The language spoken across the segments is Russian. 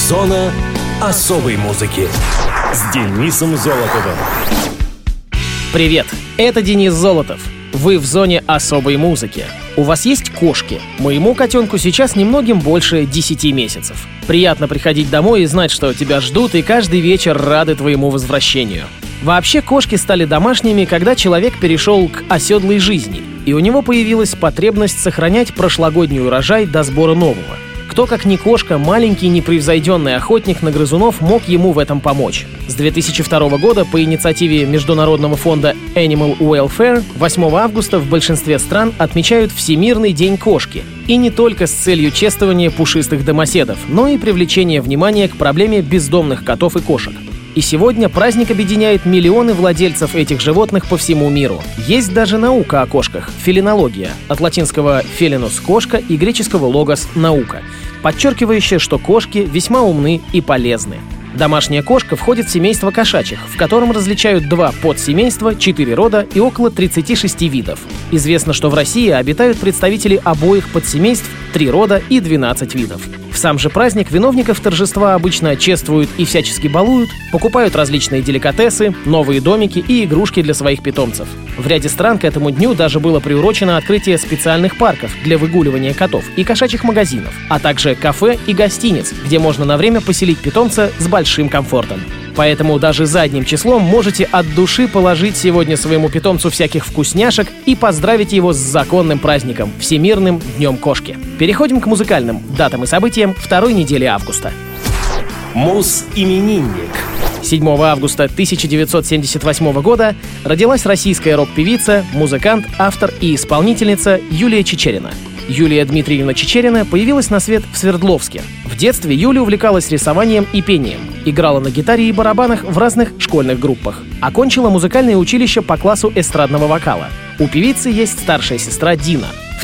Зона особой музыки с Денисом Золотовым. Привет, это Денис Золотов. Вы в зоне особой музыки. У вас есть кошки? Моему котенку сейчас немногим больше 10 месяцев. Приятно приходить домой и знать, что тебя ждут и каждый вечер рады твоему возвращению. Вообще, кошки стали домашними, когда человек перешел к оседлой жизни, и у него появилась потребность сохранять прошлогодний урожай до сбора нового. Кто, как не кошка, маленький непревзойденный охотник на грызунов, мог ему в этом помочь. С 2002 года по инициативе Международного фонда Animal Welfare 8 августа в большинстве стран отмечают Всемирный день кошки. И не только с целью чествования пушистых домоседов, но и привлечения внимания к проблеме бездомных котов и кошек. И сегодня праздник объединяет миллионы владельцев этих животных по всему миру. Есть даже наука о кошках — фелинология, от латинского «felinus» — кошка и греческого «logos» — наука, подчеркивающая, что кошки весьма умны и полезны. Домашняя кошка входит в семейство кошачьих, в котором различают 2 подсемейства, 4 рода и около 36 видов. Известно, что в России обитают представители обоих подсемейств, 3 рода и 12 видов. В сам же праздник виновников торжества обычно чествуют и всячески балуют, покупают различные деликатесы, новые домики и игрушки для своих питомцев. В ряде стран к этому дню даже было приурочено открытие специальных парков для выгуливания котов и кошачьих магазинов, а также кафе и гостиниц, где можно на время поселить питомца с большим комфортом. Поэтому даже задним числом можете от души положить сегодня своему питомцу всяких вкусняшек и поздравить его с законным праздником — Всемирным днем кошки. Переходим к музыкальным датам и событиям второй недели августа. Мус-именинник. 7 августа 1978 года родилась российская рок-певица, музыкант, автор и исполнительница Юлия Чичерина. Юлия Дмитриевна Чичерина появилась на свет в Свердловске. В детстве Юля увлекалась рисованием и пением, играла на гитаре и барабанах в разных школьных группах. Окончила музыкальное училище по классу эстрадного вокала. У певицы есть старшая сестра Дина. В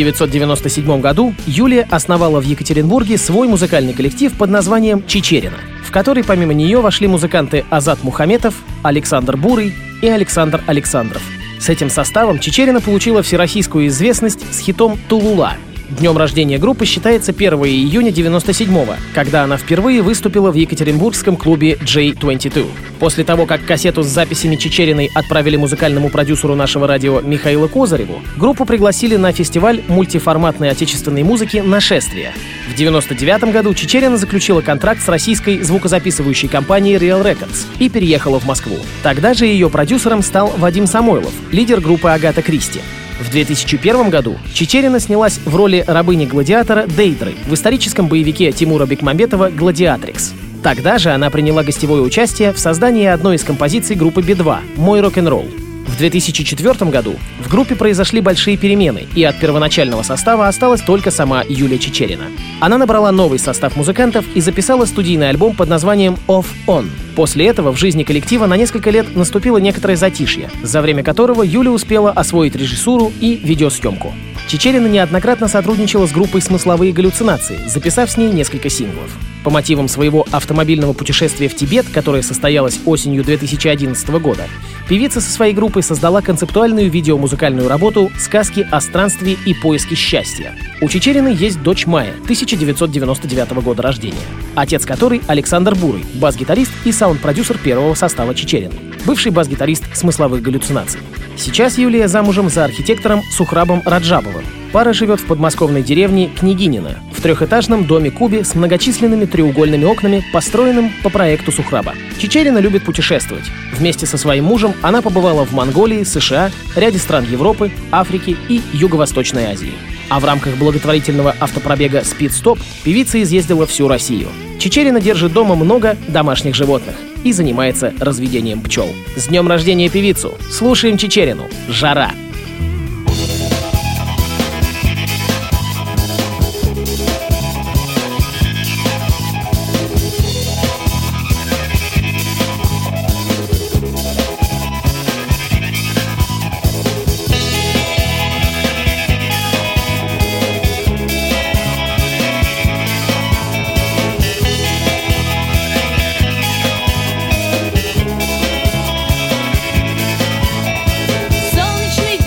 1997 году Юлия основала в Екатеринбурге свой музыкальный коллектив под названием «Чичерина», в который помимо нее вошли музыканты Азат Мухаметов, Александр Бурый и Александр Александров. С этим составом Чичерина получила всероссийскую известность с хитом «Тулула». Днем рождения группы считается 1 июня 1997-го, когда она впервые выступила в екатеринбургском клубе J22. После того, как кассету с записями Чичериной отправили музыкальному продюсеру нашего радио Михаилу Козыреву, группу пригласили на фестиваль мультиформатной отечественной музыки «Нашествие». В 1999 году Чичерина заключила контракт с российской звукозаписывающей компанией Real Records и переехала в Москву. Тогда же ее продюсером стал Вадим Самойлов, лидер группы Агата Кристи. В 2001 году Чичерина снялась в роли рабыни-гладиатора Дейдры в историческом боевике Тимура Бекмамбетова «Гладиатрикс». Тогда же она приняла гостевое участие в создании одной из композиций группы Би-2 «Мой рок-н-ролл». В 2004 году в группе произошли большие перемены, и от первоначального состава осталась только сама Юлия Чичерина. Она набрала новый состав музыкантов и записала студийный альбом под названием «Off On». После этого в жизни коллектива на несколько лет наступило некоторое затишье, за время которого Юля успела освоить режиссуру и видеосъемку. Чичерина неоднократно сотрудничала с группой «Смысловые галлюцинации», записав с ней несколько синглов. По мотивам своего автомобильного путешествия в Тибет, которое состоялось осенью 2011 года, певица со своей группой создала концептуальную видеомузыкальную работу «Сказки о странстве и поиске счастья». У Чичерины есть дочь Майя, 1999 года рождения, отец которой Александр Бурый, бас-гитарист и саунд-продюсер первого состава Чичерины, бывший бас-гитарист «Смысловых галлюцинаций». Сейчас Юлия замужем за архитектором Сухрабом Раджабовым. Пара живет в подмосковной деревне Княгинино, в трехэтажном доме-кубе с многочисленными треугольными окнами, построенным по проекту Сухраба. Чичерина любит путешествовать. Вместе со своим мужем она побывала в Монголии, США, ряде стран Европы, Африки и Юго-Восточной Азии. А в рамках благотворительного автопробега «Спид-стоп» певица изъездила всю Россию. Чичерина держит дома много домашних животных и занимается разведением пчел. С днем рождения певицу! Слушаем Чичерину. «Жара». Солнечный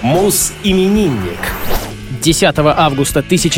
Муз-именинник. 10 августа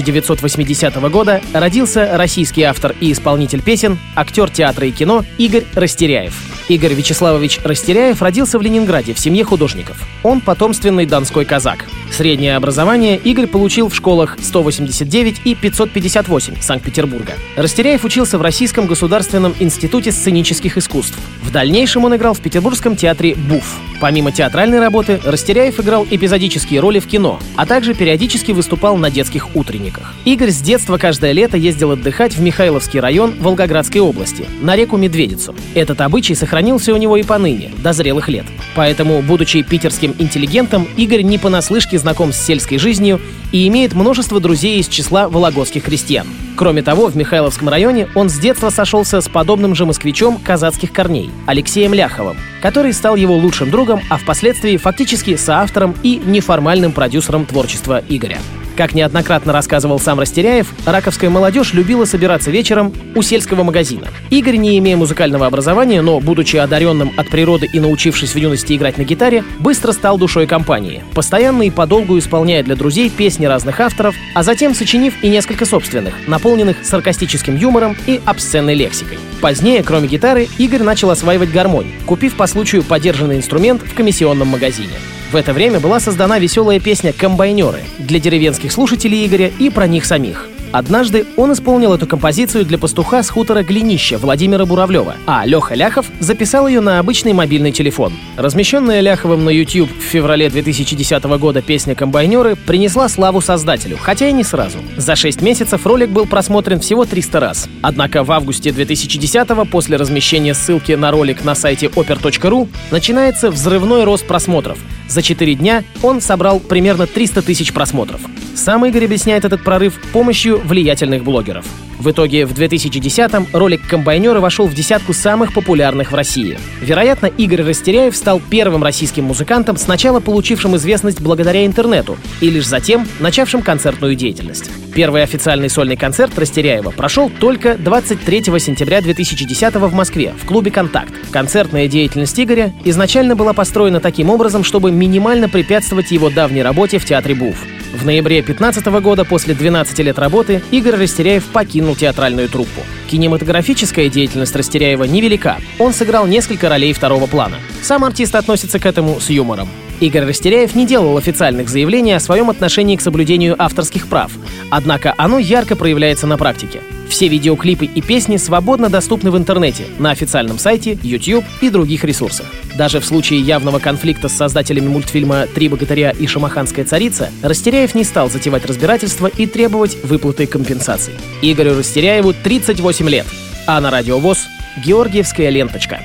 1980 года родился российский автор и исполнитель песен, актер театра и кино Игорь Растеряев. Игорь Вячеславович Растеряев родился в Ленинграде в семье художников. Он потомственный донской казак. Среднее образование Игорь получил в школах 189 и 558 Санкт-Петербурга. Растеряев учился в Российском государственном институте сценических искусств. В дальнейшем он играл в Петербургском театре БУФ. Помимо театральной работы, Растеряев играл эпизодические роли в кино, а также периодически выступал на детских утренниках. Игорь с детства каждое лето ездил отдыхать в Михайловский район Волгоградской области, на реку Медведицу. Этот обычай сохранился у него и поныне, до зрелых лет. Поэтому, будучи питерским интеллигентом, Игорь не понаслышке знаком с сельской жизнью и имеет множество друзей из числа вологодских крестьян. Кроме того, в Михайловском районе он с детства сошелся с подобным же москвичом казацких корней Алексеем Ляховым, который стал его лучшим другом, а впоследствии фактически соавтором и неформальным продюсером творчества Игоря. Как неоднократно рассказывал сам Растеряев, раковская молодежь любила собираться вечером у сельского магазина. Игорь, не имея музыкального образования, но будучи одаренным от природы и научившись в юности играть на гитаре, быстро стал душой компании, постоянно и подолгу исполняя для друзей песни разных авторов, а затем сочинив и несколько собственных, наполненных саркастическим юмором и обсценной лексикой. Позднее, кроме гитары, Игорь начал осваивать гармонь, купив по случаю подержанный инструмент в комиссионном магазине. В это время была создана веселая песня «Комбайнеры» для деревенских слушателей Игоря и про них самих. Однажды он исполнил эту композицию для пастуха с хутора Глинища Владимира Буравлева, а Леха Ляхов записал ее на обычный мобильный телефон. Размещенная Ляховым на YouTube в феврале 2010 года песня «Комбайнеры» принесла славу создателю, хотя и не сразу. За 6 месяцев ролик был просмотрен всего 300 раз. Однако в августе 2010-го, после размещения ссылки на ролик на сайте oper.ru, начинается взрывной рост просмотров. За 4 дня он собрал примерно 300 тысяч просмотров. Сам Игорь объясняет этот прорыв помощью влиятельных блогеров. В итоге в 2010-м ролик «Комбайнеры» вошел в десятку самых популярных в России. Вероятно, Игорь Растеряев стал первым российским музыкантом, сначала получившим известность благодаря интернету и лишь затем начавшим концертную деятельность. Первый официальный сольный концерт Растеряева прошел только 23 сентября 2010-го в Москве, в клубе «Контакт». Концертная деятельность Игоря изначально была построена таким образом, чтобы минимально препятствовать его давней работе в театре БУФ. В ноябре 2015 года, после 12 лет работы, Игорь Растеряев покинул театральную труппу. Кинематографическая деятельность Растеряева невелика. Он сыграл несколько ролей второго плана. Сам артист относится к этому с юмором. Игорь Растеряев не делал официальных заявлений о своем отношении к соблюдению авторских прав, однако оно ярко проявляется на практике. Все видеоклипы и песни свободно доступны в интернете, на официальном сайте, YouTube и других ресурсах. Даже в случае явного конфликта с создателями мультфильма «Три богатыря и шамаханская царица» Растеряев не стал затевать разбирательство и требовать выплаты компенсаций. Игорю Растеряеву 38 лет, а на Радио ВОС «Георгиевская ленточка».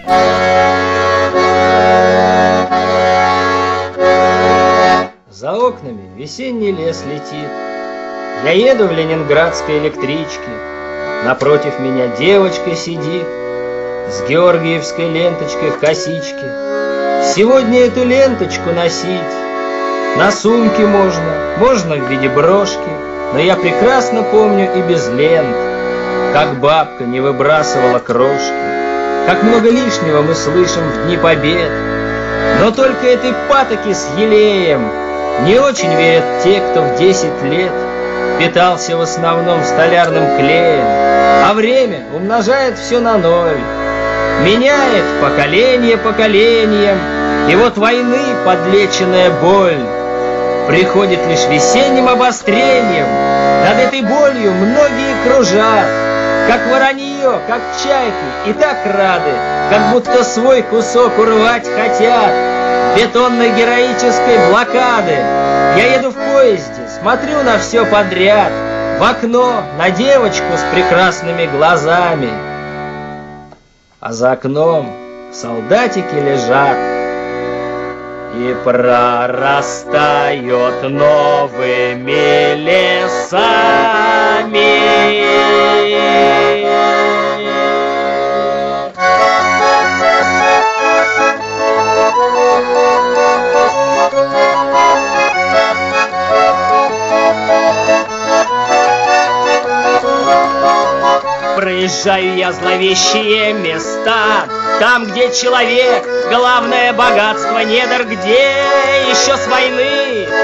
За окнами весенний лес летит. Я еду в ленинградской электричке. Напротив меня девочка сидит с георгиевской ленточкой в косичке. Сегодня эту ленточку носить на сумке можно в виде брошки. Но я прекрасно помню и без лент, как бабка не выбрасывала крошки, как много лишнего мы слышим в дни побед. Но только этой патоки с елеем не очень верят те, кто в 10 лет питался в основном столярным клеем, а время умножает все на ноль, меняет поколение поколением, и вот войны подлеченная боль приходит лишь весенним обострением. Над этой болью многие кружат, как воронье, как чайки, и так рады, как будто свой кусок урвать хотят бетонной героической блокады. Я еду в поезде, смотрю на все подряд, в окно на девочку с прекрасными глазами, а за окном солдатики лежат, и прорастает новыми лесами. Проезжаю я зловещие места, там, где человек — главное богатство недр, где еще с войны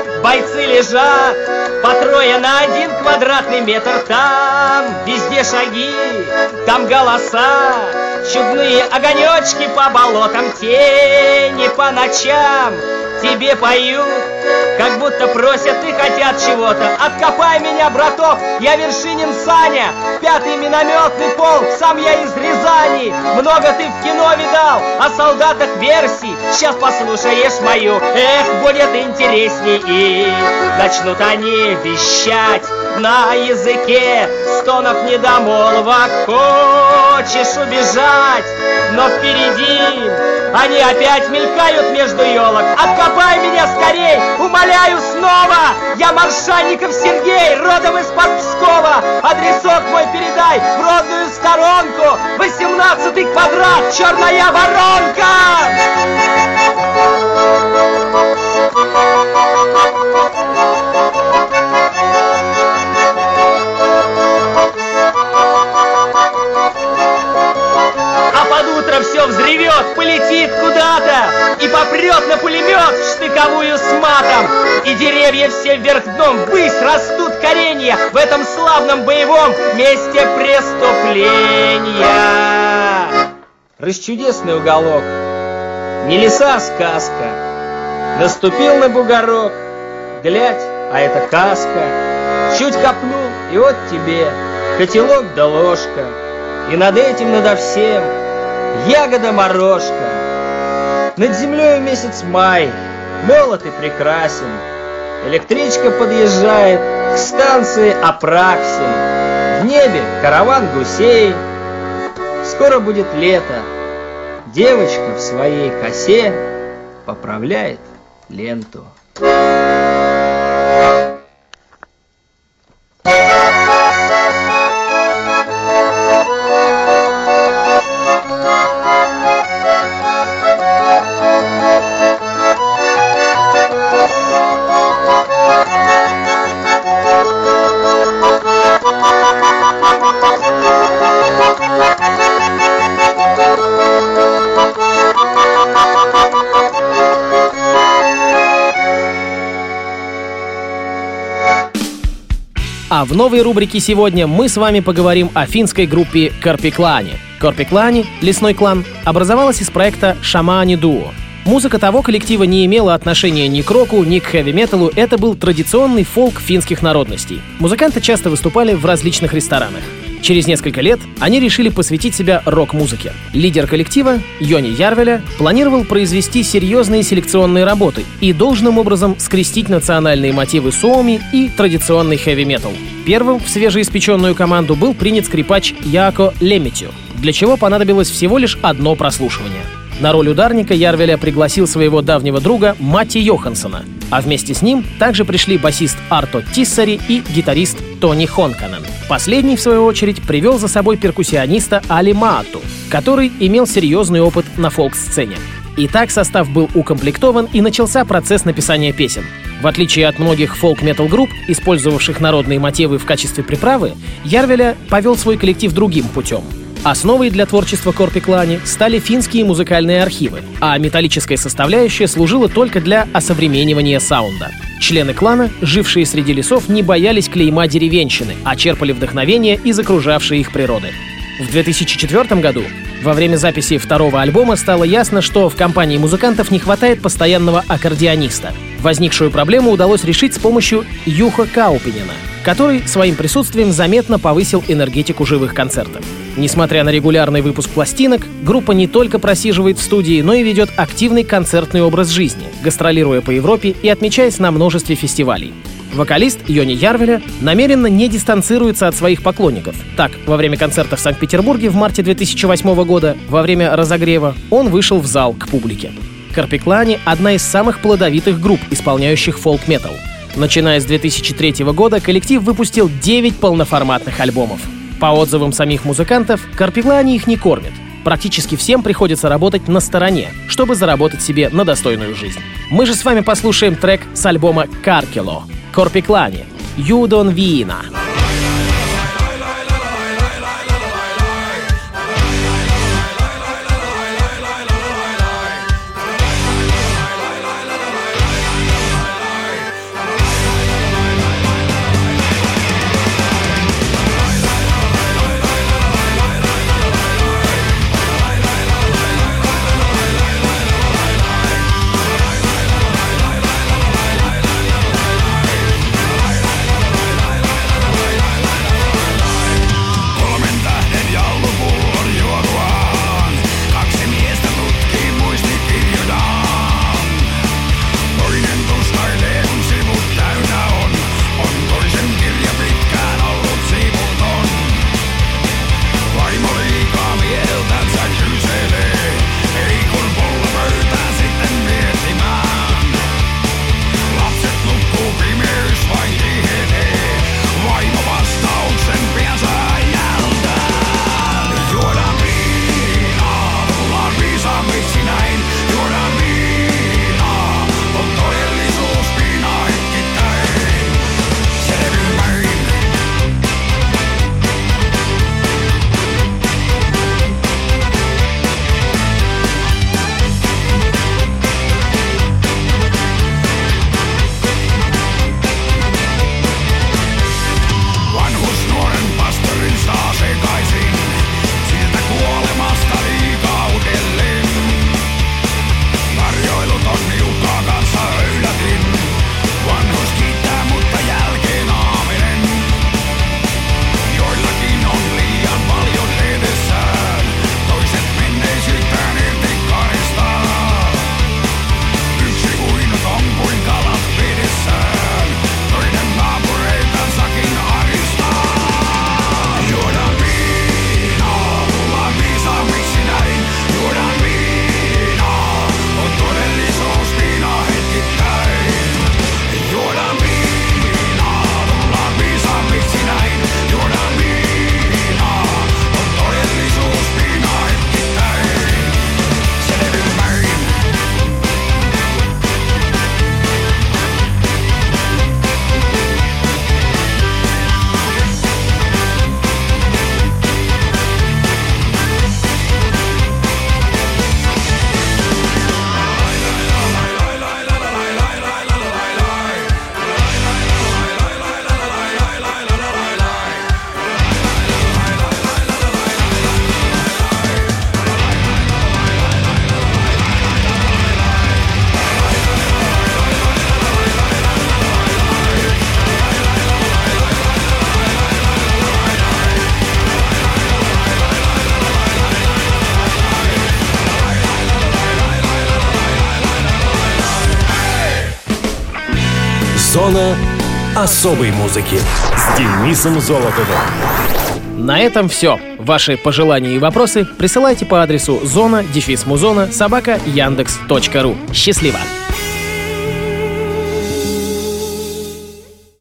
бойцы лежат по трое на 1 квадратный метр. Там везде шаги, там голоса, чудные огонечки по болотам, тени по ночам тебе поют, как будто просят и хотят чего-то. Откопай меня, браток, я Вершинин Саня, 5-й минометный полк, сам я из Рязани. Много ты в кино видал о солдатах версий, сейчас послушаешь мою, эх, будет интересней. И начнут они вещать на языке стонов недомолвок. Хочешь убежать, но впереди они опять мелькают между елок. Откопай меня скорей, умоляю снова. Я Маршанников Сергей, родом из-под Пскова. Адресок мой передай в родную сторонку, 18-й квадрат, Черная Воронка. Все взревет, полетит куда-то и попрет на пулемет в штыковую с матом. И деревья все вверх дном ввысь растут коренья в этом славном боевом месте преступления. Расчудесный уголок, не леса, а сказка. Наступил на бугорок, глядь, а это каска. Чуть копнул, и вот тебе котелок да ложка. И над этим, надо всем ягода-морожка. Над землей месяц май, молод и прекрасен. Электричка подъезжает к станции Апраксин. В небе караван гусей. Скоро будет лето. Девочка в своей косе поправляет ленту. А в новой рубрике сегодня мы с вами поговорим о финской группе Korpiklaani. Korpiklaani, лесной клан, образовалась из проекта Шамани Дуо. Музыка того коллектива не имела отношения ни к року, ни к хэви-металу, это был традиционный фолк финских народностей. Музыканты часто выступали в различных ресторанах. Через несколько лет они решили посвятить себя рок-музыке. Лидер коллектива, Йони Ярвеля, планировал произвести серьезные селекционные работы и должным образом скрестить национальные мотивы suomi и традиционный хэви-метал. Первым в свежеиспеченную команду был принят скрипач Яако Леметью, для чего понадобилось всего лишь одно прослушивание. На роль ударника Ярвеля пригласил своего давнего друга Матти Йоханссона, а вместе с ним также пришли басист Арто Тиссари и гитарист Тони Хонканен. Последний, в свою очередь, привел за собой перкуссиониста Али Маату, который имел серьезный опыт на фолк-сцене. Итак, состав был укомплектован и начался процесс написания песен. В отличие от многих фолк-метал-групп, использовавших народные мотивы в качестве приправы, Ярвеля повел свой коллектив другим путем. Основой для творчества Korpiklaani стали финские музыкальные архивы, а металлическая составляющая служила только для осовременивания саунда. Члены клана, жившие среди лесов, не боялись клейма деревенщины, а черпали вдохновение из окружавшей их природы. В 2004 году, во время записи второго альбома, стало ясно, что в компании музыкантов не хватает постоянного аккордеониста. Возникшую проблему удалось решить с помощью Юха Каупинена, который своим присутствием заметно повысил энергетику живых концертов. Несмотря на регулярный выпуск пластинок, группа не только просиживает в студии, но и ведет активный концертный образ жизни, гастролируя по Европе и отмечаясь на множестве фестивалей. Вокалист Йони Ярвеля намеренно не дистанцируется от своих поклонников. Так, во время концерта в Санкт-Петербурге в марте 2008 года, во время разогрева, он вышел в зал к публике. Korpiklaani — одна из самых плодовитых групп, исполняющих фолк-метал. Начиная с 2003 года коллектив выпустил 9 полноформатных альбомов. По отзывам самих музыкантов, Korpiklaani их не кормит. Практически всем приходится работать на стороне, чтобы заработать себе на достойную жизнь. Мы же с вами послушаем трек с альбома Karkelo. Korpiklaani. Juudon viina. Зона особой музыки с Денисом Золотовым. На этом все. Ваши пожелания и вопросы присылайте по адресу zona-muzona@yandex.ru. Счастливо!